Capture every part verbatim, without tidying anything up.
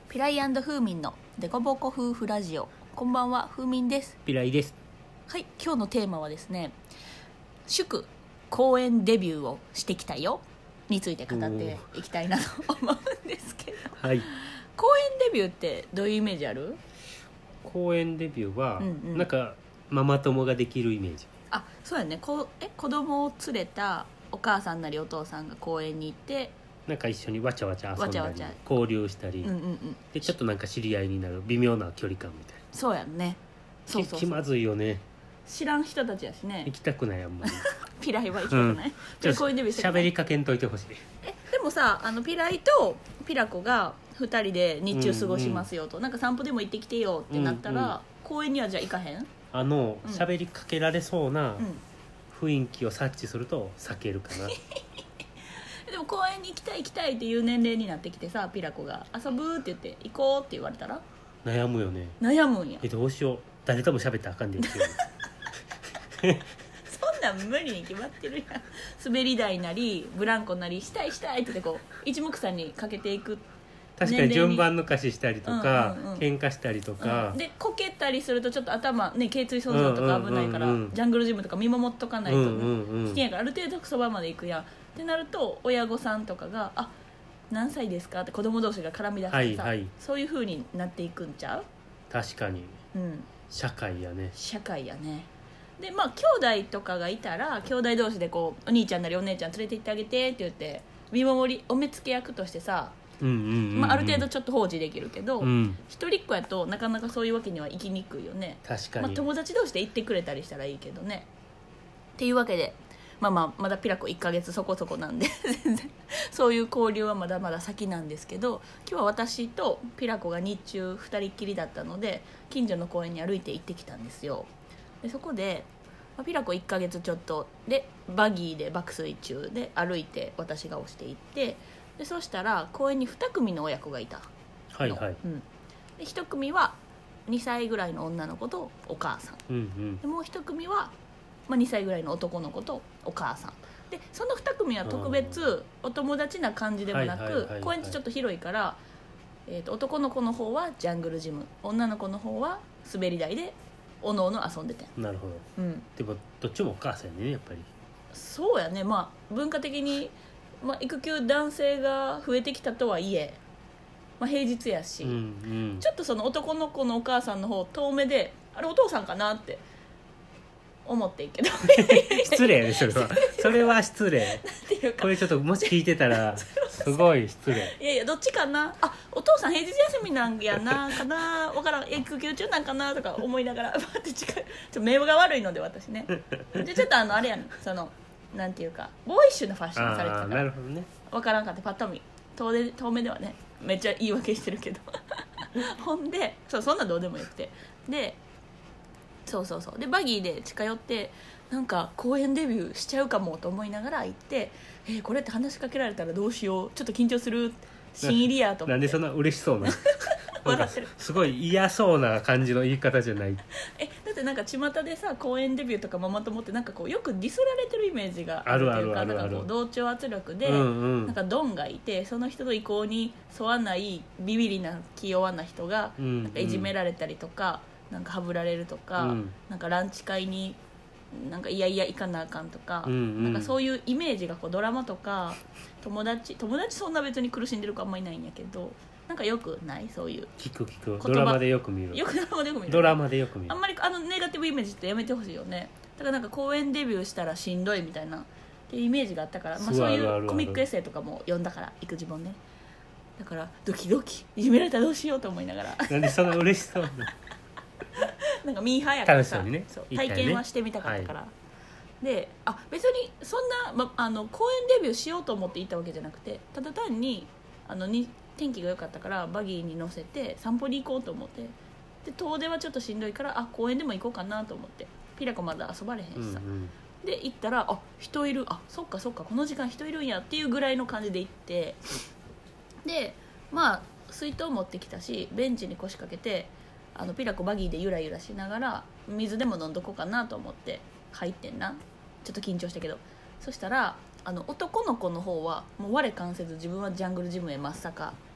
ピライ&フーミンのデコボコ夫婦ラジオ。こんばんは、フーミンです。 ピライです。 はい、今日のテーマはですね、祝公演デビューをしてきたよについて語っていきたいなと思うんですけど、 はい、 公演デビューってどういうイメージある？ 公演デビューは、 うんうん、 なんかママ友ができるイメージ。 あ、そうやね。こえ子供を連れたお母さんなりお父さんが公園に行って、 なんか一緒にわちゃわちゃ遊んだり、 わちゃわちゃ交流したり、 うんうんうん、 でちょっとなんか知り合いになる微妙な距離感みたいな。 そうやね。そうそうそう、 気まずいよね。 知らん人たちやしね。 行きたくない、あんまりピライは行きたくない、うん、 ちょっと喋りかけんといてほしい。 えでもさ、あのピライとピラコがふたりで日中過ごしますよと、うんうん、なんか散歩でも行ってきてよってなったら、うんうん、公園にはじゃあ行かへん？ あの喋、うん、りかけられそうな雰囲気を察知すると避けるかな、うんでも公園に行きたい行きたいっていう年齢になってきてさ、ピラコが遊ぶって言って行こうって言われたら悩むよね。 悩むんや。 えどうしよう、誰とも喋ったらあかんでってそんなん無理に決まってるやん。滑り台なりブランコなりしたいしたいって言ってこう一目散にかけていく。 確かに順番抜かししたりとか、うんうんうん、喧嘩したりとか、 うん、でこけたりするとちょっと頭ね頸椎損傷とか危ないから、うんうんうんうん、ジャングルジムとか見守っとかないと、ね、うんうんうん、危険やからある程度そばまで行くやんってなると、親御さんとかがあ何歳ですかって子供同士が絡み出してさ、はいはい、そういう風になっていくんちゃう？ 確かに、 うん、 社会やね。 社会やね。でまあ兄弟とかがいたら兄弟同士でこうお兄ちゃんなりお姉ちゃん連れて行ってあげてって言って見守りお目付け役としてさ、うんうんうんうん、まあ、ある程度ちょっと放置できるけど、うん、一人っ子やとなかなかそういうわけにはいきにくいよね。 確かに、 まあ、友達同士で行ってくれたりしたらいいけどね。っていうわけで、まあまあまだピラコいっかげつそこそこなんで全然そういう交流はまだまだ先なんですけど、今日は私とピラコが日中ふたりっきりだったので近所の公園に歩いて行ってきたんですよ。でそこで、まあ、ピラコいっかげつちょっとでバギーで爆睡中で歩いて私が押していって、でそしたら公園にに組の親子がいたの、 はいはい、 うん、でいち組はにさいぐらいの女の子とお母さん、 うんうん、 でもういち組は、まあ、にさいぐらいの男の子とお母さんで、そのに組は特別お友達な感じでもなく、公園ってちょっと広いから、えー、と男の子の方はジャングルジム、女の子の方は滑り台でおのおの遊んでて。 なるほど、うん、でもどっちもお母さんやねやっぱり。 そうやね。まあ文化的にまあ、育休男性が増えてきたとはいえ、まあ、平日やし、うんうん、ちょっとその男の子のお母さんの方遠目であれお父さんかなって思っていいけど失礼ねそれはそれは失礼。なんていうかこれちょっともし聞いてたらすごい失礼。 いやいやどっちかな、あお父さん平日休みなんやなかな分からん、育休中なんかなとか思いながら待って近い、ちょっと目が悪いので私ねでちょっとあのあれやねん、そのなんていうかボーイッシュなファッションされてたから、 なるほどね、 分からんかってパッと見遠で遠目ではねめっちゃ言い訳してるけどほんでそうそんなどうでもよくて、でそうそうそうでバギーで近寄ってなんか公演デビューしちゃうかもと思いながら行って、えー、これって話しかけられたらどうしよう、ちょっと緊張する新入りやと思ってなんでそんな嬉しそうな笑ってるすごい嫌そうな感じの言い方じゃない。 えだってなんか巷でさ公演デビューとかママ友ってなんかこうよくディスられてるイメージがあるっていうか、なんかこう同調圧力で、うんうん、なんかドンがいてその人の意向に沿わないビビりな気弱な人がなんかいじめられたりとか、うんうん、なんかはぶられるとか、うん、なんかランチ会になんかいやいや行かなあかんとか、うんうん、なんかそういうイメージがこうドラマとか友達友達そんな別に苦しんでる子あんまいないんやけど、なんかよくないそういう聞く聞くドラマでよく見るよくドラマでよく見るドラマでよく見る。 あんまりあのネガティブイメージってやめてほしいよね。だからなんか公演デビューしたらしんどいみたいなっていうイメージがあったから、まあ、そういうコミックエッセイとかも読んだから育児本ね。だからドキドキいじめられたらどうしようと思いながらなんでそんな嬉しそうななんかミーハーやからさ、 ね、 そう体験はしてみたかったから、はい、であ別にそんな、ま、あの公演デビューしようと思って行ったわけじゃなくて、ただ単にあのに天気が良かったからバギーに乗せて散歩に行こうと思って、で遠出はちょっとしんどいからあ公園でも行こうかなと思って、ピラコまだ遊ばれへんしさ、うんうん、で行ったらあ人いる、あそっかそっかこの時間人いるんやっていうぐらいの感じで行って、でまあ水筒持ってきたしベンチに腰掛けてあのピラコバギーでゆらゆらしながら水でも飲んどこうかなと思って入ってんな。ちょっと緊張したけど、そしたらあの男の子の方はもう我関せず自分はジャングルジムへ真っ逆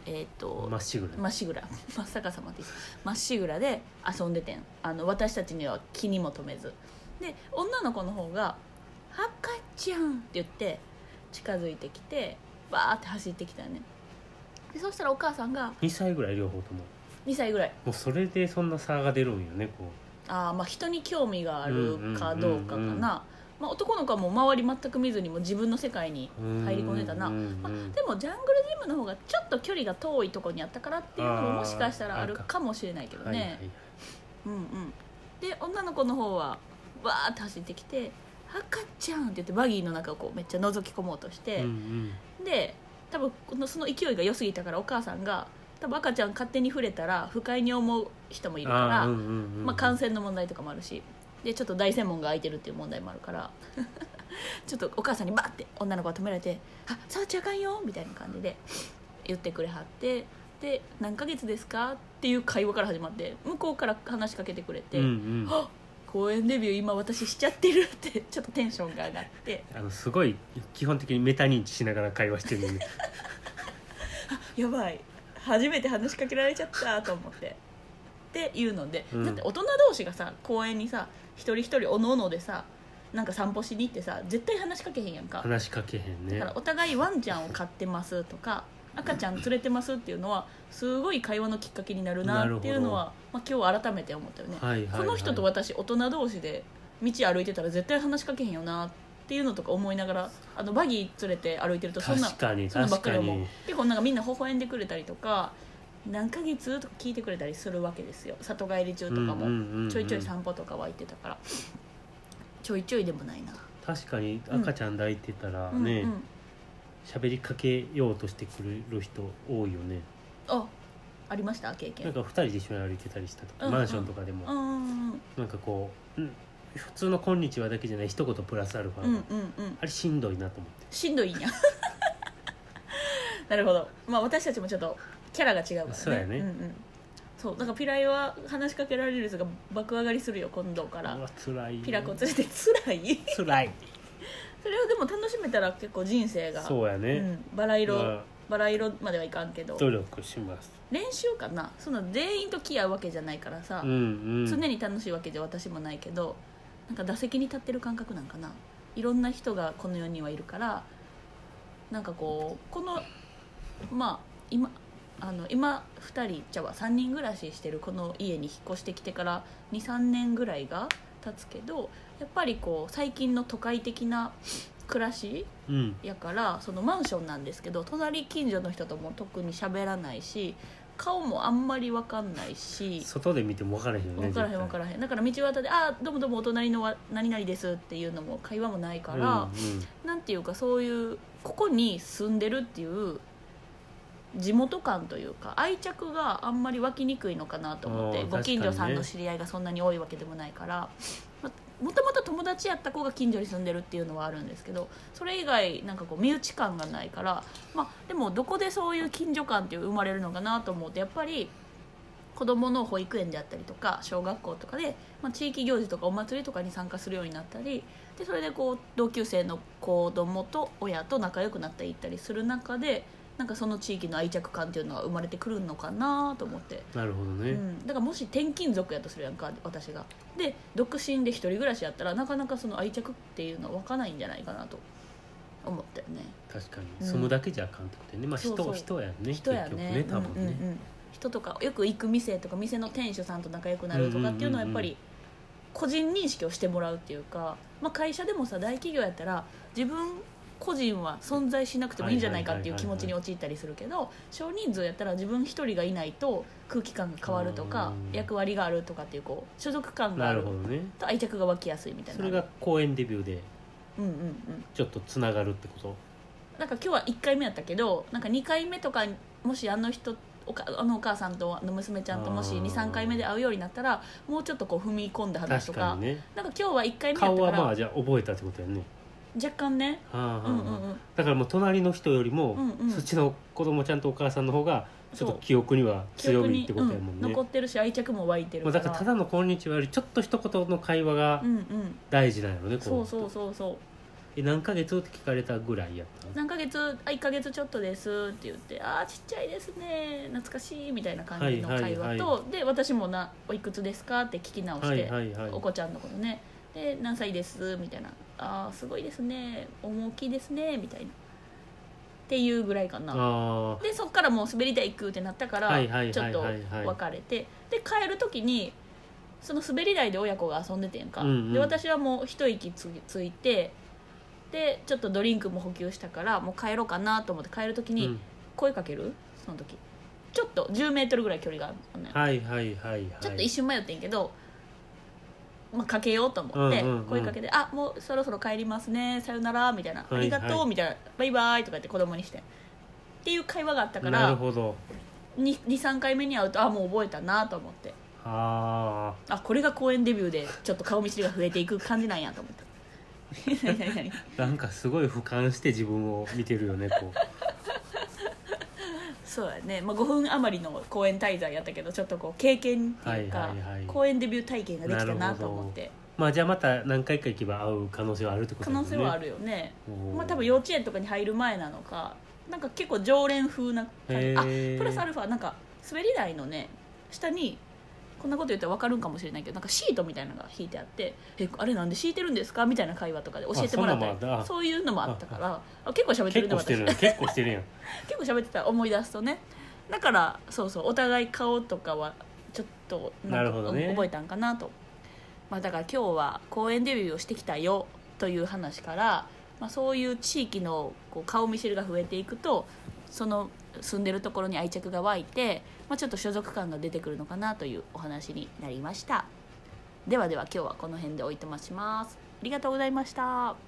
えっ、ー、とまっしぐらまっしぐら真っ逆さまですまっしぐらで遊んでてん。あの私たちには気にも留めずで、女の子の方が赤ちゃんって言って近づいてきてバーって走ってきたよね。でそしたらお母さんがにさいぐらい両方ともにさいぐらい。 もうそれでそんな差が出るんよねこうあまあ人に興味があるかどうかかな、 うんうんうんうん、 まあ、男の子はもう周り全く見ずにも自分の世界に入り込んでたな、 うんうんうんまあ、でもジャングルジムの方がちょっと距離が遠いところにあったからっていうのももしかしたらあるかもしれないけどね、はいはいはい、うんうん、で女の子の方はバーって走ってきて赤ちゃんって言ってバギーの中をこうめっちゃ覗き込もうとして、うんうん、で多分このその勢いが良すぎたからお母さんが多分赤ちゃん勝手に触れたら不快に思う人もいるから、うんうんうんうん、まあ、感染の問題とかもあるしでちょっと大専門が空いてるっていう問題もあるからちょっとお母さんにバーって女の子が止められて「あ触っちゃあかんよ」みたいな感じで言ってくれはってで何ヶ月ですかっていう会話から始まって向こうから話しかけてくれて、うんうん、あ公演デビュー今私しちゃってるってちょっとテンションが上がってあのすごい基本的にメタ認知しながら会話してるのにあやばい初めて話しかけられちゃったと思ってっていうので、うん、だって大人同士がさ公園にさ一人一人おのおのでさなんか散歩しに行ってさ絶対話しかけへんやんか。 話しかけへんね。 だからお互いワンちゃんを飼ってますとか赤ちゃん連れてますっていうのはすごい会話のきっかけになるなっていうのは、まあ、今日改めて思ったよね、はいはいはい、この人と私大人同士で道歩いてたら絶対話しかけへんよなっていうのとか思いながらあのバギー連れて歩いてるとそんな確かにそんなばっかり思う。結構なんかみんな微笑んでくれたりとか何ヶ月とか聞いてくれたりするわけですよ。里帰り中とかもちょいちょい散歩とかは行ってたからちょいちょいでもないな。 確かに赤ちゃん抱いてたらね、うんうんうん、喋りかけようとしてくれる人多いよね。 あ、ありました経験。 なんかふたりで一緒に歩いてたりしたとか、うんうん、マンションとかでも、うんうん、なんかこう、うん、普通の「こんにちは」だけじゃない一言プラスアルファ、うんうんうん、あれしんどいなと思ってしんどいんやなるほど、まあ私たちもちょっとキャラが違うからね。 そうやね、 うんうん、そうだからピライは話しかけられる率が爆上がりするよ今度から。 うわ辛い。 ピラコ連れて辛い辛いそれをでも楽しめたら結構人生がそうやね、 うん、バラ色、まあ、バラ色まではいかんけど努力します。 練習かな。その全員と気合うわけじゃないからさ、うんうん、常に楽しいわけじゃ私もないけどなんか打席に立ってる感覚なんかな。いろんな人がこの世にはいるからなんかこうこのまあ今あの今ふたりじゃあさんにん暮らししてるこの家に引っ越してきてからにさんねんぐらいが経つけどやっぱりこう最近の都会的な暮らしやから、うん、そのマンションなんですけど隣近所の人とも特に喋らないし顔もあんまり分かんないし外で見ても分からへんよね。 分からへん分からへん。だから道端で「あどうもどうもお隣の何々です」っていうのも会話もないから、うんうん、なんていうかそういうここに住んでるっていう地元感というか愛着があんまり湧きにくいのかなと思って、ご近所さんの知り合いがそんなに多いわけでもないから、もともと友達やった子が近所に住んでるっていうのはあるんですけどそれ以外なんかこう身内感がないから、まあ、でもどこでそういう近所感っていう生まれるのかなと思うとやっぱり子どもの保育園であったりとか小学校とかで、まあ、地域行事とかお祭りとかに参加するようになったりでそれでこう同級生の子どもと親と仲良くなっていったりする中でなんかその地域の愛着感っていうのは生まれてくるのかなと思って。 なるほどね、 うん、だからもし転勤族やとするやんか私がで独身で一人暮らしやったらなかなかその愛着っていうのは湧かないんじゃないかなと思ったよね。 確かに、うん、住むだけじゃあかんってことやね、まあ、人, そうそう人やね人やね、 結局ね多分ね、うんうんうん、 人とかよく行く店とか店の店主さんと仲良くなるとかっていうのはやっぱり個人認識をしてもらうっていうか、まあ、会社でもさ大企業やったら自分個人は存在しなくてもいいんじゃないかっていう気持ちに陥ったりするけど少人数やったら自分一人がいないと空気感が変わるとか役割があるとかっていうこう所属感があると愛着が湧きやすいみたいな。 それが公演デビューでうんうんうんちょっとつながるってこと。 なんか今日はいっかいめやったけどなんかにかいめとかもしあの人おかあのお母さんとあの娘ちゃんともし にさんかいめで会うようになったらもうちょっとこう踏み込んだ話とか、確かにね、なんか今日はいっかいめやったから顔はまあじゃあ覚えたってことやね若干ね、はあはあうんうんうん、 だからもう隣の人よりも、うんうん、そっちの子供ちゃんとお母さんの方がちょっと記憶には強いってことやもんね、 うん、残ってるし愛着も湧いてるからだからただのこんにちはよりちょっと一言の会話が大事なのね、うんうん、 そうそうそうそうえ何ヶ月って聞かれたぐらいやったの？ 何ヶ月あいっかげつちょっとですって言ってあーちっちゃいですね懐かしいみたいな感じの会話と、 はいはいはで私もなおいくつですかって聞き直して、 はいはいはい、 お子ちゃんのことねで何歳ですみたいなあーすごいですね大きいですねみたいなっていうぐらいかな。 あでそっからもう滑り台行くってなったからはいはいはいはいはいちょっと別れてで帰る時にその滑り台で親子が遊んでてんか、 うんうん、 で私はもう一息つついてでちょっとドリンクも補給したからもう帰ろうかなと思って帰る時に声かける、その時ちょっとじゅうメートルぐらい距離があるのよ、 はいはいはいはい、 ちょっと一瞬迷ってんけど、まあ、かけようと思ってうんうんうん声かけて、あもうそろそろ帰りますねさよならみたいな、 はいはいありがとうみたいなバイバイとか言って子供にしてっていう会話があったかなるらほどにさんかいめに会うとあもう覚えたなと思って、 ああこれが公演デビューでちょっと顔見知りが増えていく感じなんやと思って何何何なんかすごい俯瞰して自分を見てるよねこうそうやね、まあ、ごふん余りの公演滞在やったけどちょっとこう経験っていうか、 はいはいはい公演デビュー体験ができたなと思ってまあじゃあまた何回か行けば会う可能性はあるってこと可ですね。 能性はあるよね、 おーまあ、多分幼稚園とかに入る前なのかなんか結構常連風な感じ、 へーあプラスアルファなんか滑り台のね下にこんなこと言ったら分かるんかもしれないけどなんかシートみたいなのが引いてあってえあれなんで敷いてるんですかみたいな会話とかで教えてもらったりあそんなんもあったそういうのもあったからあ結構喋ってるね結構してる私結構してるやん結構喋ってた思い出すとねだからそうそうお互い顔とかはちょっとんかなるほどね覚えたんかなと、まあ、だから今日は公演デビューをしてきたよという話から、まあ、そういう地域のこう顔見知りが増えていくとその住んでるところに愛着が湧いて、まあ、ちょっと所属感が出てくるのかなというお話になりました。ではでは今日はこの辺でおいとまします。ありがとうございました。